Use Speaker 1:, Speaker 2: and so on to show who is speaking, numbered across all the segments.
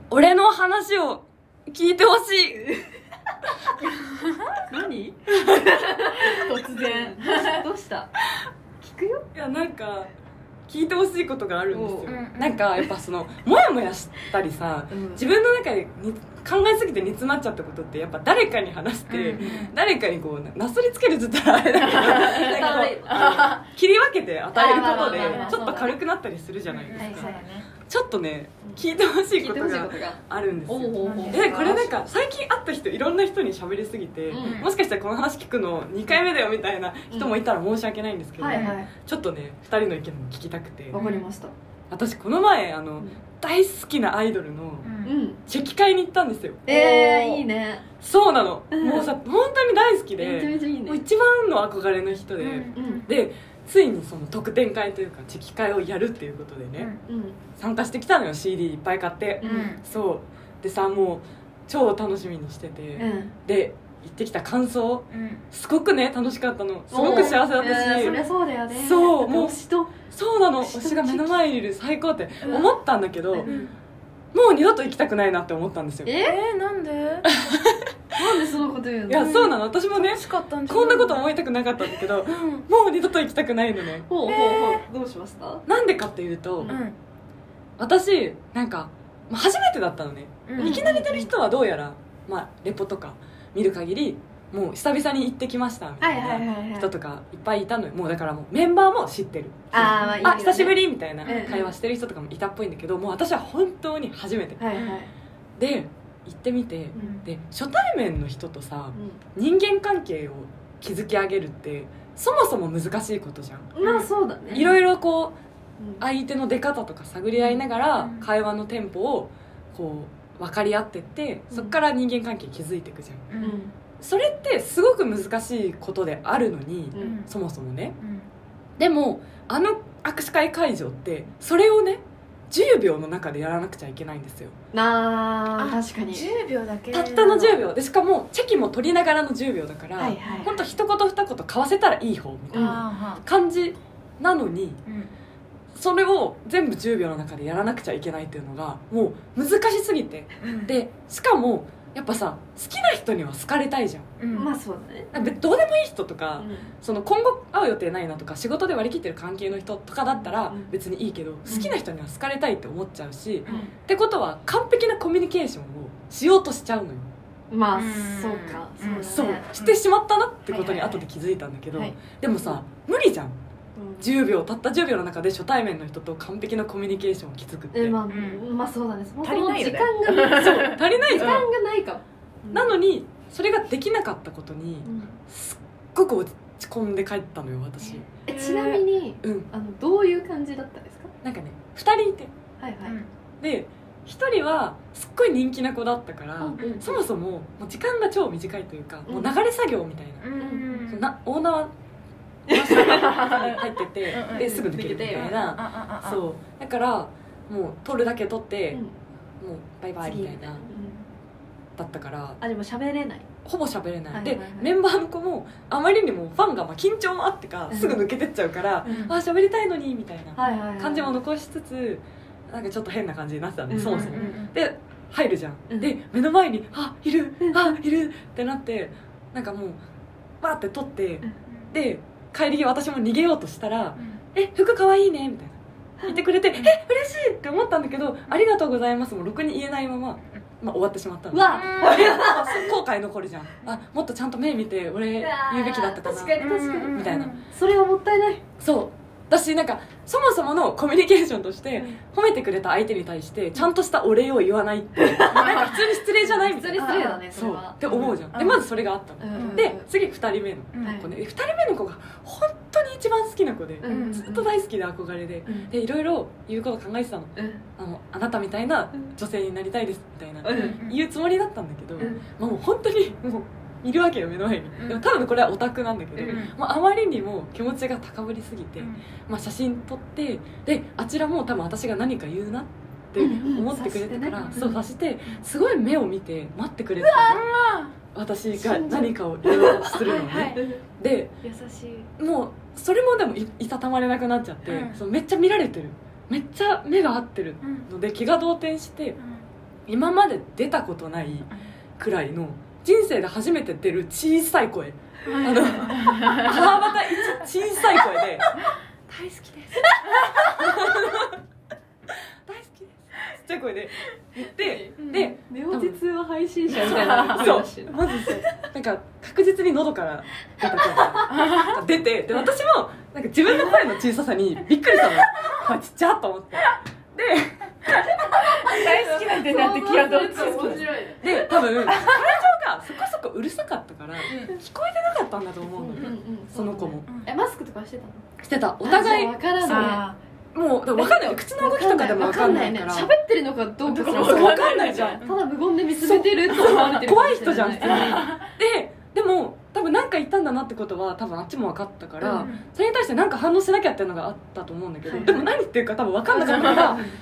Speaker 1: 俺の話を聞いてほしい。
Speaker 2: 何突然どうした？聞くよ。
Speaker 1: いやなんか聞いてほしいことがあるんですよ、
Speaker 2: うん
Speaker 1: なんかやっぱそのモヤモヤしたりさ、自分の中で考えすぎて煮詰まっちゃったことってやっぱ誰かに話して、誰かにこうなすりつけるずったらあれだけどなんかこう切り分けて与えることでちょっと軽くなったりするじゃないですか、ちょっとね聞いてほしいことがあるんですよ。でこれなんか最近会った人いろんな人に喋りすぎて、もしかしたらこの話聞くの2回目だよみたいな人もいたら申し訳ないんですけど、ちょっとね2人の意見も聞きたくて。
Speaker 2: わかりました。
Speaker 1: 私この前大好きなアイドルのチェキ会に行ったんですよ。
Speaker 2: いいね。
Speaker 1: そうなの、もうさ本当に大好きで、
Speaker 2: めちゃめちゃいいね。
Speaker 1: もう一番の憧れの人で、でついにその特典会というかチェキ会をやるっていうことでね、参加してきたのよ。 CD いっぱい買って、そうでさもう超楽しみにしてて、で行ってきた感想、すごくね楽しかったの。すごく幸せだったし、
Speaker 2: そりゃそうだよね。
Speaker 1: そうもう
Speaker 2: 推しと
Speaker 1: そうなの、推しが目の前にいる最高って思ったんだけど、もう二度と行きたくないなって思ったんですよ。
Speaker 3: なんで
Speaker 2: なんでそのこと言うの？
Speaker 1: いやそうなの、私もね
Speaker 3: 楽しかったんじゃ
Speaker 1: こんなこと思いたくなかったんだけど、もう二度と行きたくないのね。
Speaker 2: ほうどうしました？
Speaker 1: なんでかっていうと、私なんか初めてだったのね、いきなり出る人はどうやら、レポとか見る限りもう久々に行ってきましたみたいな人とかいっぱいいたのよ。もうだからもうメンバーも知ってる、久しぶりみたいな会話してる人とかもいたっぽいんだけど、もう私は本当に初めて、で行ってみて、で初対面の人とさ、人間関係を築き上げるってそもそも難しいことじゃん。
Speaker 2: そうだね。
Speaker 1: いろいろこう相手の出方とか探り合いながら会話のテンポをこう分かり合ってって、そこから人間関係築いていくじゃん、それってすごく難しいことであるのに、そもそもね、でも握手会会場ってそれをね10秒の中でやらなくちゃいけないんですよ。
Speaker 2: 確かに
Speaker 3: 10秒だけ、
Speaker 1: たったの10秒で、しかもチェキも取りながらの10秒だから、本当一言二言交わせたらいい方みたいな感じなのに、それを全部10秒の中でやらなくちゃいけないっていうのがもう難しすぎて、でしかもやっぱさ好きな人には好かれたいじゃん、
Speaker 2: そうだね。
Speaker 1: どうでもいい人とか、その今後会う予定ないなとか仕事で割り切ってる関係の人とかだったら別にいいけど、好きな人には好かれたいって思っちゃうし、ってことは完璧なコミュニケーションをしようとしちゃうのよ。
Speaker 2: そうか、
Speaker 1: そうしてしまったなってことに後で気づいたんだけど、でもさ無理じゃん、10秒たった10秒の中で初対面の人と完璧なコミュニケーションを築くって、
Speaker 2: そうだね。
Speaker 3: 足りないよね。
Speaker 2: 時間が
Speaker 1: そう足りないじゃん。
Speaker 2: 時間がないかも。
Speaker 1: なのにそれができなかったことにすっごく落ち込んで帰ったのよ私。
Speaker 2: ちなみにどういう感じだったんですか？
Speaker 1: なんかね2人いて、で1人はすっごい人気な子だったから、そもそももう時間が超短いというか、もう流れ作業みたいな、オーナー入ってて、ですぐ抜けるみたいな、そうだからもう取るだけ取って、もうバイバイみたいなだったから、
Speaker 2: でも喋れない、
Speaker 1: ほぼ喋れない、でメンバーの子もあまりにもファンが緊張もあってかすぐ抜けてっちゃうから、喋りたいのにみたいな感じも残しつつ、なんかちょっと変な感じになってたんで、そもそもで入るじゃん、で目の前にいるってなって、なんかもうバーって取って、で帰り際私も逃げようとしたら「服かわいいね」みたいな言ってくれて「嬉しい!」って思ったんだけど「ありがとうございます」もろくに言えないまま、終わってしまったの。後悔残るじゃん。もっとちゃんと目見て俺言うべきだったかなみたいな。
Speaker 2: それはもったいない。
Speaker 1: そう私なんかそもそものコミュニケーションとして褒めてくれた相手に対してちゃんとしたお礼を言わないってなんか普通に失礼じゃないみたいな、
Speaker 2: 普通に失礼だねそれは
Speaker 1: って思うじゃん。でまずそれがあったの、で次2人目の子ね、2人目の子が本当に一番好きな子で、ずっと大好きで憧れで、でいろいろ言うこと考えてたの、あなたみたいな女性になりたいですみたいな、言うつもりだったんだけど、もう本当にもういるわけよ目の前に。でも多分これはオタクなんだけど、あまりにも気持ちが高ぶりすぎて、写真撮って、であちらも多分私が何か言うなって思ってくれてから、そう察してすごい目を見て待ってくれてたの、私が何かを言おうとするのね。で
Speaker 2: 優しい。
Speaker 1: もうそれもでもいたたまれなくなっちゃって、めっちゃ見られてる、めっちゃ目が合ってるので気が動転して、 今まで出たことないくらいの人生で初めて出る小さい声、川端一小さい声で大好きです大好きですちっちゃい声で言って、で
Speaker 2: ネオ実は配信者みたいな
Speaker 1: そうマジでなんか確実に喉から出た声が出て、で私もなんか自分の声の小ささにびっくりしたのあちっちゃと思って、で
Speaker 3: 大好きなんてなって気がどっち
Speaker 2: 面白いね。
Speaker 1: で多分会場がそこそこうるさかったから聞こえてなかったんだと思うの、その子も
Speaker 2: マスクとかしてたの？
Speaker 1: してた。お互い
Speaker 2: 分からない。
Speaker 1: もう分かんない、口の動きとかでも分かんないから
Speaker 2: 喋ってるのかどうか
Speaker 1: 分かんないじゃん。
Speaker 2: ただ無言で見つめてるって思われてる
Speaker 1: 怖い人じゃん普通に。でも多分何か言ったんだなってことは多分あっちも分かったから、それに対して何か反応しなきゃっていうのがあったと思うんだけど、でも何言ってるか多分分かんなかったからあはっ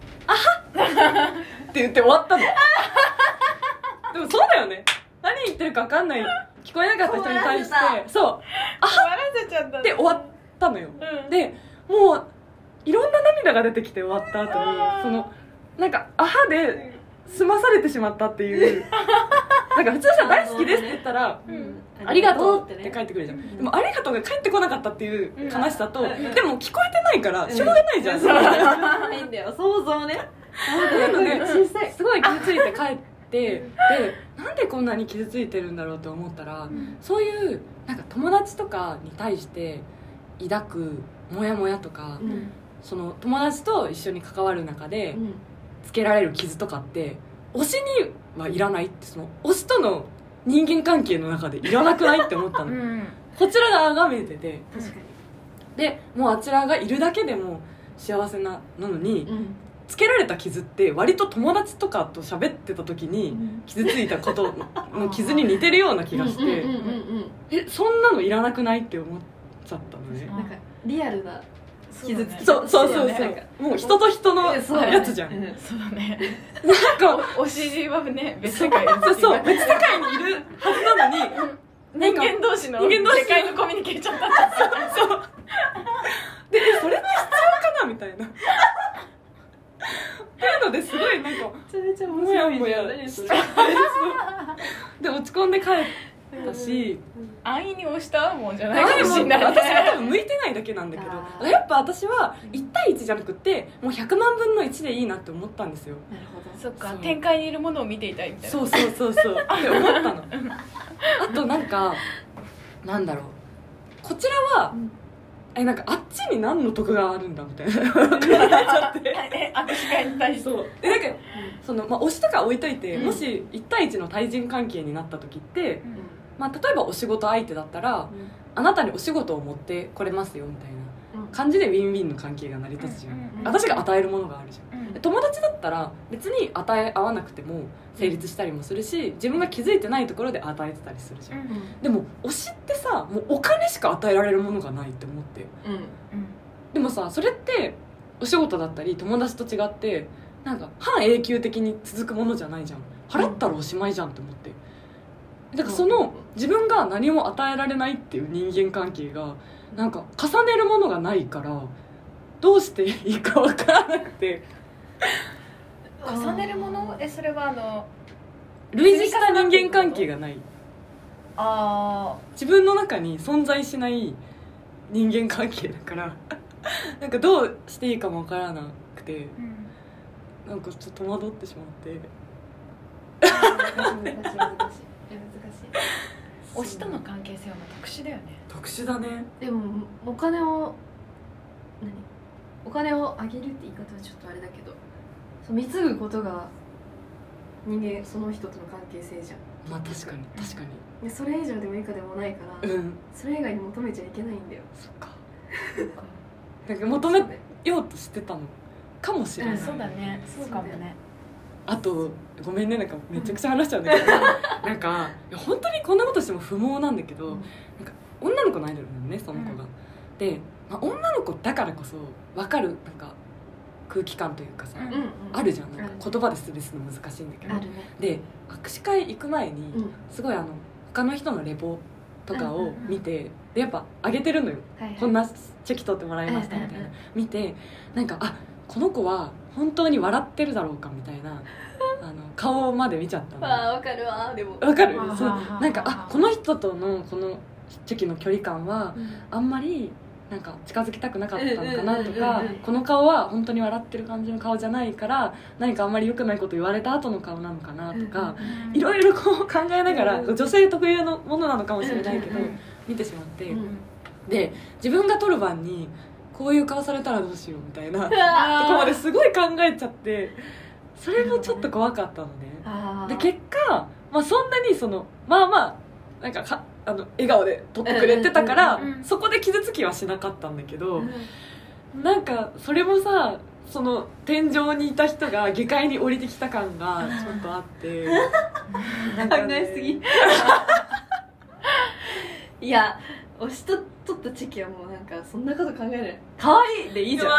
Speaker 1: って言って終わったの。でもそうだよね、何言ってるか分かんない、聞こえなかった人に対してそうあは
Speaker 3: せちゃった
Speaker 1: って終わったのよ、でもういろんな涙が出てきて終わった後にそのなんかあはで済まされてしまったっていうなんか普通さ大好きですって言ったら、ありがとうって返ってくるじゃん、でもありがとうが返ってこなかったっていう悲しさと、でも聞こえてないからしょうがないじゃん、
Speaker 2: ないんだよ想像ね。
Speaker 1: なのですごい傷ついて帰ってでなんでこんなに傷ついてるんだろうと思ったら、そういうなんか友達とかに対して抱くモヤモヤとか、その友達と一緒に関わる中でつけられる傷とかって推しにはいらないって、その推しとの人間関係の中でいらなくないって思ったの、こちらが崇めてて、
Speaker 2: 確かに
Speaker 1: でもうあちらがいるだけでも幸せなのに、つけられた傷って割と友達とかと喋ってた時に傷ついたことの傷に似てるような気がして、そんなのいらなくないって思っちゃったのね。
Speaker 2: なんかリアルな傷つき、
Speaker 1: そうもう人と人のやつじゃん、
Speaker 3: そうだね、
Speaker 1: なんか
Speaker 3: お尻はね別世界
Speaker 1: そう別世界にいるはずなのに
Speaker 3: 人間同士の世界のコミュニケーションだった
Speaker 1: そうでそれって必要かなみたいなっていうのですごいなんか
Speaker 2: めちゃめちゃ面
Speaker 1: もや
Speaker 2: 白い
Speaker 1: もやしちゃってで落ち込んで帰ったし、
Speaker 3: 安易に押したもんじゃないかもしれない、
Speaker 1: 私は多分向いてないだけなんだけど、やっぱ私は1対1じゃなくてもう100万分の1でいいなって思ったんですよ。
Speaker 2: なるほど。
Speaker 3: そっか、展開にいるものを見ていたいみたいな。
Speaker 1: そうって思ったのあとなんかなんだろう、こちらは、なんかあっちに何の得があるんだみたいな握手
Speaker 3: 会に対して
Speaker 1: そうでなんかその、推しとか置いといて、もし1対1の対人関係になった時って、例えばお仕事相手だったら、あなたにお仕事を持ってこれますよみたいな感じでウィンウィンの関係が成り立つじゃん、私が与えるものがあるじゃん、友達だったら別に与え合わなくても成立したりもするし、自分が気づいてないところで与えてたりするじゃん、でも推しってさもうお金しか与えられるものがないって思って、でもさそれってお仕事だったり友達と違ってなんか半永久的に続くものじゃないじゃん、払ったらおしまいじゃんって思って、だからその自分が何も与えられないっていう人間関係がなんか重ねるものがないからどうしていいか分からなくて
Speaker 3: 重ねるものそれは
Speaker 1: 類似した人間関係がない、自分の中に存在しない人間関係だからなんかどうしていいかも分からなくて、なんかちょっと戸惑ってしまって
Speaker 2: 難しい
Speaker 3: 推しとの関係性は特殊だよね。
Speaker 1: 特殊だね。
Speaker 2: でもお金をあげるって言い方はちょっとあれだけど、貢ぐことが人間その人との関係性じゃん。
Speaker 1: まあ確かに
Speaker 2: でそれ以上でも以下でもないから、それ以外に求めちゃいけないんだよ。
Speaker 1: そっかなんか求めようとしてたのかもしれない、
Speaker 3: そうだね、そうかもね。
Speaker 1: あとごめんね、なんかめちゃくちゃ話しちゃうんだけどなんか本当にこんなことしても不毛なんだけど、なんか女の子のアイドルなのねその子が、で、女の子だからこそ分かるなんか空気感というかさ、あるじゃん、なんか言葉で説明するの難しいんだけど、で握手会行く前にすごい他の人のレポとかを見て、でやっぱ上げてるのよ、こんなチェキ取ってもらいましたみたいな、見てなんかこの子は本当に笑ってるだろうかみたいな顔まで見ちゃったの。
Speaker 2: わかるわ。でも
Speaker 1: わかる。そうなんかこの人とのこの時の距離感はあんまりなんか近づきたくなかったのかなとか、この顔は本当に笑ってる感じの顔じゃないから何かあんまり良くないこと言われた後の顔なのかなとか、いろいろこう考えながら、女性特有のものなのかもしれないけど見てしまって、で自分が撮る番にこういう顔されたらどうしようみたいなとこまですごい考えちゃって、それもちょっと怖かったのね。で結果、そんなになんか笑顔で撮ってくれてたから、そこで傷つきはしなかったんだけど、なんかそれもさ、その天井にいた人が下界に降りてきた感がちょっとあって
Speaker 2: なんか、ね、考えすぎいや推しと撮った時期はもうなんかそんなこと考えない、可愛いでいいじゃん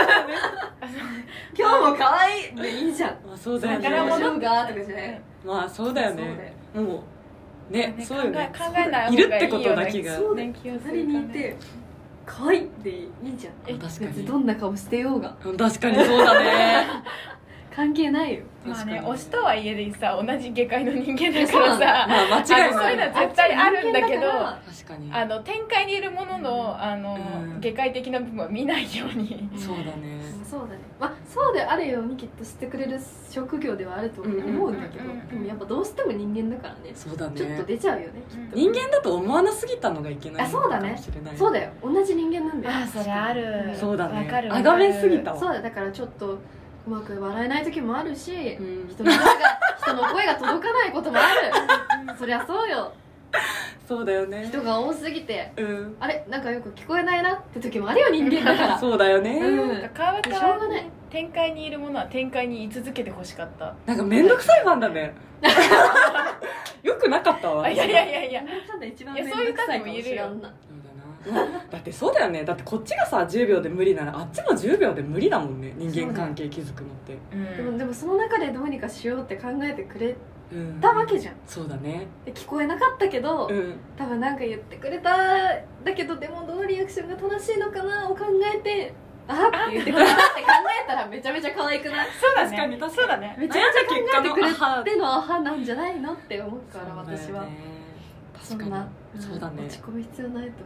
Speaker 2: 今日も可愛いでいいじゃん。
Speaker 1: そうだよね。
Speaker 2: 宝物がとかじゃない。
Speaker 1: そうだよね。もうね、そうよね。
Speaker 3: 考えない
Speaker 1: いるってことだけが
Speaker 2: そうだよ。隣にいて可愛いでいいじゃん。
Speaker 1: 確かに
Speaker 2: どんな顔してようが。
Speaker 1: 確かにそうだね
Speaker 2: 関係ないよ。
Speaker 3: 推しとはいえでさ、同じ下界の人間だからさ、
Speaker 1: 間違いない。
Speaker 3: そういうのは絶対あるんだけど、
Speaker 1: 確かに
Speaker 3: 展開にいるものの下界的な部分は見ないように。
Speaker 1: そうだね。
Speaker 2: そうだね。そうであるようにきっとしてくれる職業ではあると思うんだけど、でもやっぱどうしても人間だからね。
Speaker 1: そうだね。
Speaker 2: ちょっと出ちゃうよね。
Speaker 1: 人間だと思わなすぎたのがいけない。
Speaker 2: そうだね。そうだよ。同じ人間なんだよ。
Speaker 3: それある。
Speaker 1: そうだね。
Speaker 3: わかる。
Speaker 1: あがめすぎたわ。
Speaker 2: そうだ。だからちょっとうまく笑えない時もあるし、人の声が届かないこともあるそりゃそうよ。
Speaker 1: そうだよね。
Speaker 2: 人が多すぎて、あれなんかよく聞こえないなって時もあるよ、人間だから
Speaker 1: そうだよね。
Speaker 3: 川端は展開にいるものは展開に居続けてほしかった。
Speaker 1: なんか面倒くさいファンだねよくなかったわ。
Speaker 3: いや
Speaker 2: そういう方もいるよ。
Speaker 1: だってそうだよね。だってこっちがさ10秒で無理ならあっちも10秒で無理だもんね、人間関係築くのって。
Speaker 2: でもその中でどうにかしようって考えてくれたわけじゃん。
Speaker 1: そうだね。
Speaker 2: で聞こえなかったけど、多分なんか言ってくれただけど、でもどのリアクションが正しいのかなを考えて、って言ってくれたって考えたらめちゃめちゃ可愛くない？
Speaker 3: そうだね。そうだね。
Speaker 2: めちゃめちゃ考えてくれてのアハなんじゃないのって思うから、私は。
Speaker 1: 確かにそうだね。
Speaker 2: 落ち込む必要ないと思う。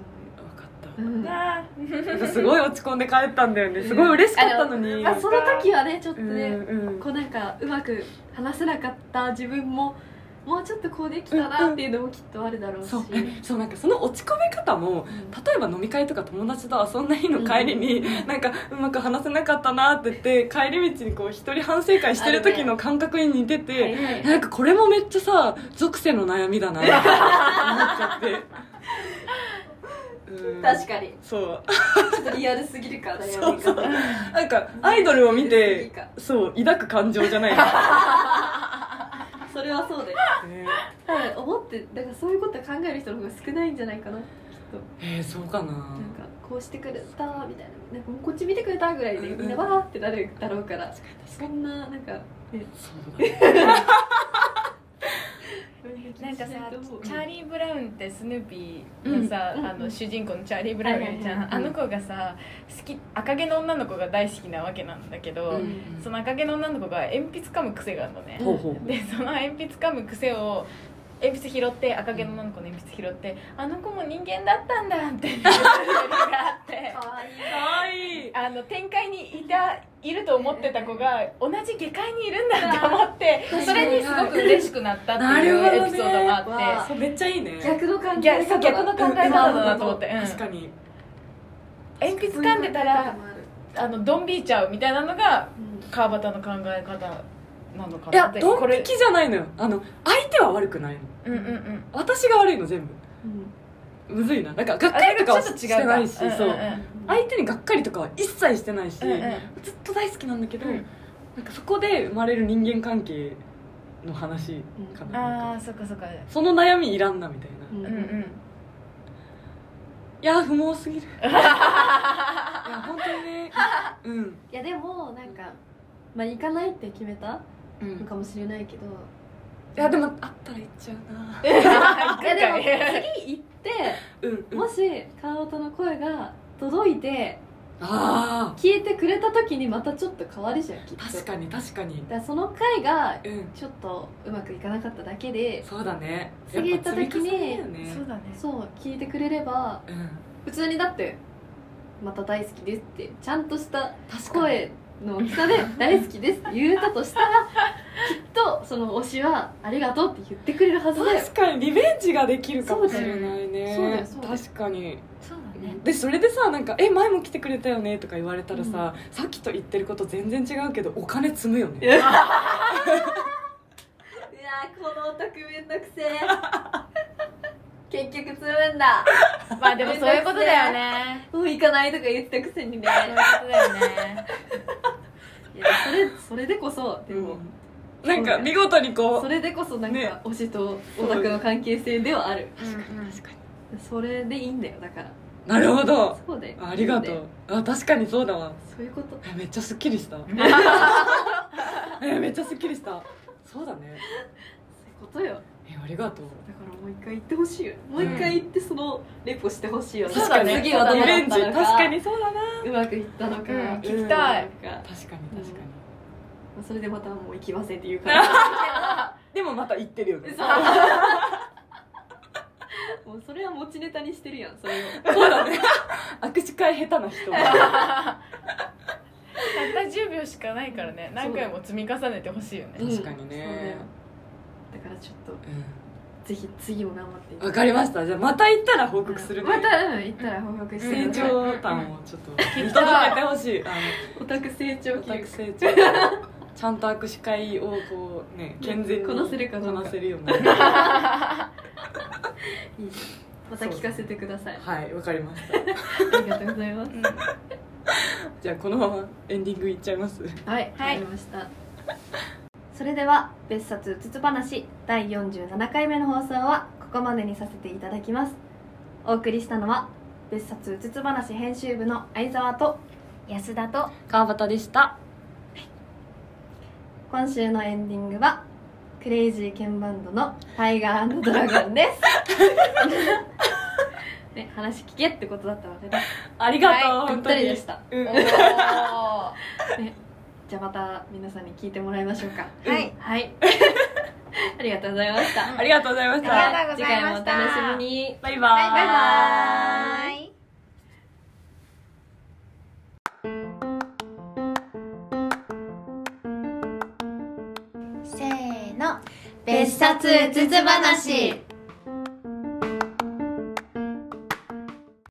Speaker 1: すごい落ち込んで帰ったんだよね。すごい嬉しかったのに、
Speaker 2: その時はねちょっとね、こうなんかうまく話せなかった自分ももうちょっとこうできたなっていうのもきっとあるだろうし、
Speaker 1: そうなんかその落ち込み方も、例えば飲み会とか友達と遊んだ日の帰りに、なんかうまく話せなかったなって言って帰り道にこう一人反省会してる時の感覚に似てて、なんかこれもめっちゃさ属性の悩みだなって思っちゃって
Speaker 2: 確かに
Speaker 1: そう
Speaker 2: ちょっとリアルすぎるか悩み方。
Speaker 1: なんかアイドルを見てそう抱く感情じゃない
Speaker 2: それはそうで、思ってだからそういうこと考える人の方が少ないんじゃないかな、きっと。
Speaker 1: そうかな。
Speaker 2: なんかこうしてくれたみたいな、なんかこっち見てくれたぐらいでみんなわーってなるだろうから、そんななんかね、
Speaker 1: そうだね
Speaker 3: なんかさ、チャーリー・ブラウンってスヌーピーのさ、主人公のチャーリー・ブラウンいるじゃん。あの子がさ赤毛の女の子が大好きなわけなんだけど、その赤毛の女の子が鉛筆噛む癖があるのね。でその鉛筆噛む癖を鉛筆拾って赤毛の女の子の鉛筆拾ってあの子も人間だったんだっていうセリフがあって
Speaker 1: かわいい
Speaker 3: 展開にいると思ってた子が同じ下界にいるんだと思ってそれにすごく嬉しくなったっていうエピソードがあって、
Speaker 1: めっちゃいいね。
Speaker 2: 逆の考え方
Speaker 3: だなと思って。
Speaker 1: 確かに
Speaker 3: 鉛筆噛んでたらドン引いちゃうみたいなのが川端の考え方なのかなって。
Speaker 1: いやドン引きじゃないのよ。相手は悪くないの。私が悪いの全部。むずいな。なんかがっかりとかはしてないし、そう相手にがっかりとかは一切してないし、ずっと大好きなんだけど、なんかそこで生まれる人間関係の話かな。
Speaker 3: ああ、そっかそっか。
Speaker 1: その悩みいらんなみたいな。いや不毛すぎる。いや本当にね。
Speaker 2: いやでもなんか行かないって決めたのかもしれないけど、
Speaker 1: いやでもあったら行っちゃうな。
Speaker 2: いやでも次行って、もし川端の声が届いて聞いてくれた時にまたちょっと変わるじゃん、きっと。
Speaker 1: 確かに確かに。
Speaker 2: だからその回がちょっとうまくいかなかっただけで、
Speaker 1: そうだね、
Speaker 2: 次行った時に
Speaker 3: そうだね、
Speaker 2: そう聞いてくれれば、普通にだってまた大好きですってちゃんとした声の大きさで大好きですって言えたとしたらきっとその推しはありがとうって言ってくれるはずだよ。
Speaker 1: 確かにリベンジができるかもしれないね。
Speaker 2: そうだよ
Speaker 1: 確かに。
Speaker 3: そうだね。
Speaker 1: でそれでさ、なんか前も来てくれたよねとか言われたらさ、さっきと言ってること全然違うけどお金積むよね。いや
Speaker 2: このオタクめんどくせえ結局積むんだ。
Speaker 3: まあでもそういうことだよね。
Speaker 2: もう行かないとか言ったくせにね。
Speaker 3: そういうことだよね。
Speaker 2: いやそれでこそでも、
Speaker 1: なんか見事にこう
Speaker 2: それでこそなんか推しとオタクの関係性ではある。
Speaker 1: 確かに確かに。
Speaker 2: それでいいんだよ、だから。
Speaker 1: なるほど。
Speaker 2: そうだよ。
Speaker 1: ありがとう。確かにそうだわ。
Speaker 2: そういうこと。
Speaker 1: めっちゃすっきりした。めっちゃすっきりした。そうだね。
Speaker 2: そういうことよ。
Speaker 1: ありがとう。
Speaker 2: だからもう一回行ってほしいよ。もう一回行ってそのレポしてほしいよ。
Speaker 1: 確かに
Speaker 2: 次はどうだったのか。
Speaker 1: 確かにそうだな。
Speaker 2: うまくいったのか。
Speaker 3: 聞きたい。
Speaker 1: 確かに確かに。
Speaker 2: それでまたもう行きませんっていう感じ。
Speaker 1: でもまた行ってるよね。
Speaker 2: もうそれは持ちネタにしてるやん、それを。
Speaker 1: そうだね。握手会下手な人。
Speaker 3: たった10秒しかないからね、何回も積み重ねてほしいよね。
Speaker 1: 確かにね。
Speaker 2: だからちょっとぜひ次も頑張って
Speaker 1: わかりました。じゃあまた行ったら報告するね。
Speaker 2: また行ったら報告して
Speaker 1: 成長感をちょっと見届けてほしい。
Speaker 2: オタク成長記録。
Speaker 1: ちゃんと握手会をこうね、健全に
Speaker 2: こなせるかどうか。
Speaker 1: こなせるように。
Speaker 2: また聞かせてください。
Speaker 1: はい、わかりました。
Speaker 2: ありがとうございます。
Speaker 1: じゃあこのままエンディングいっちゃいます。
Speaker 2: はい、わかりました。それでは別冊うつつ話第47回目の放送はここまでにさせていただきます。お送りしたのは別冊うつつ話編集部の相沢と
Speaker 3: 安田と
Speaker 1: 川端でした。
Speaker 2: 今週のエンディングはクレイジーケンバンドのタイガー&ドラゴンですね、話聞けってことだったのでね、
Speaker 1: ありがとう、
Speaker 2: ぴったりでした、
Speaker 3: おー、
Speaker 2: ね、じゃあまた皆さんに聞いてもらいましょうか。
Speaker 3: はい
Speaker 2: はいありがとうございました。
Speaker 1: ありがとうございまし
Speaker 3: ありがとうございました。
Speaker 2: 次回もお楽しみに。
Speaker 1: バイバーイ。
Speaker 3: バイバーイ。せーの、別冊うつつ話。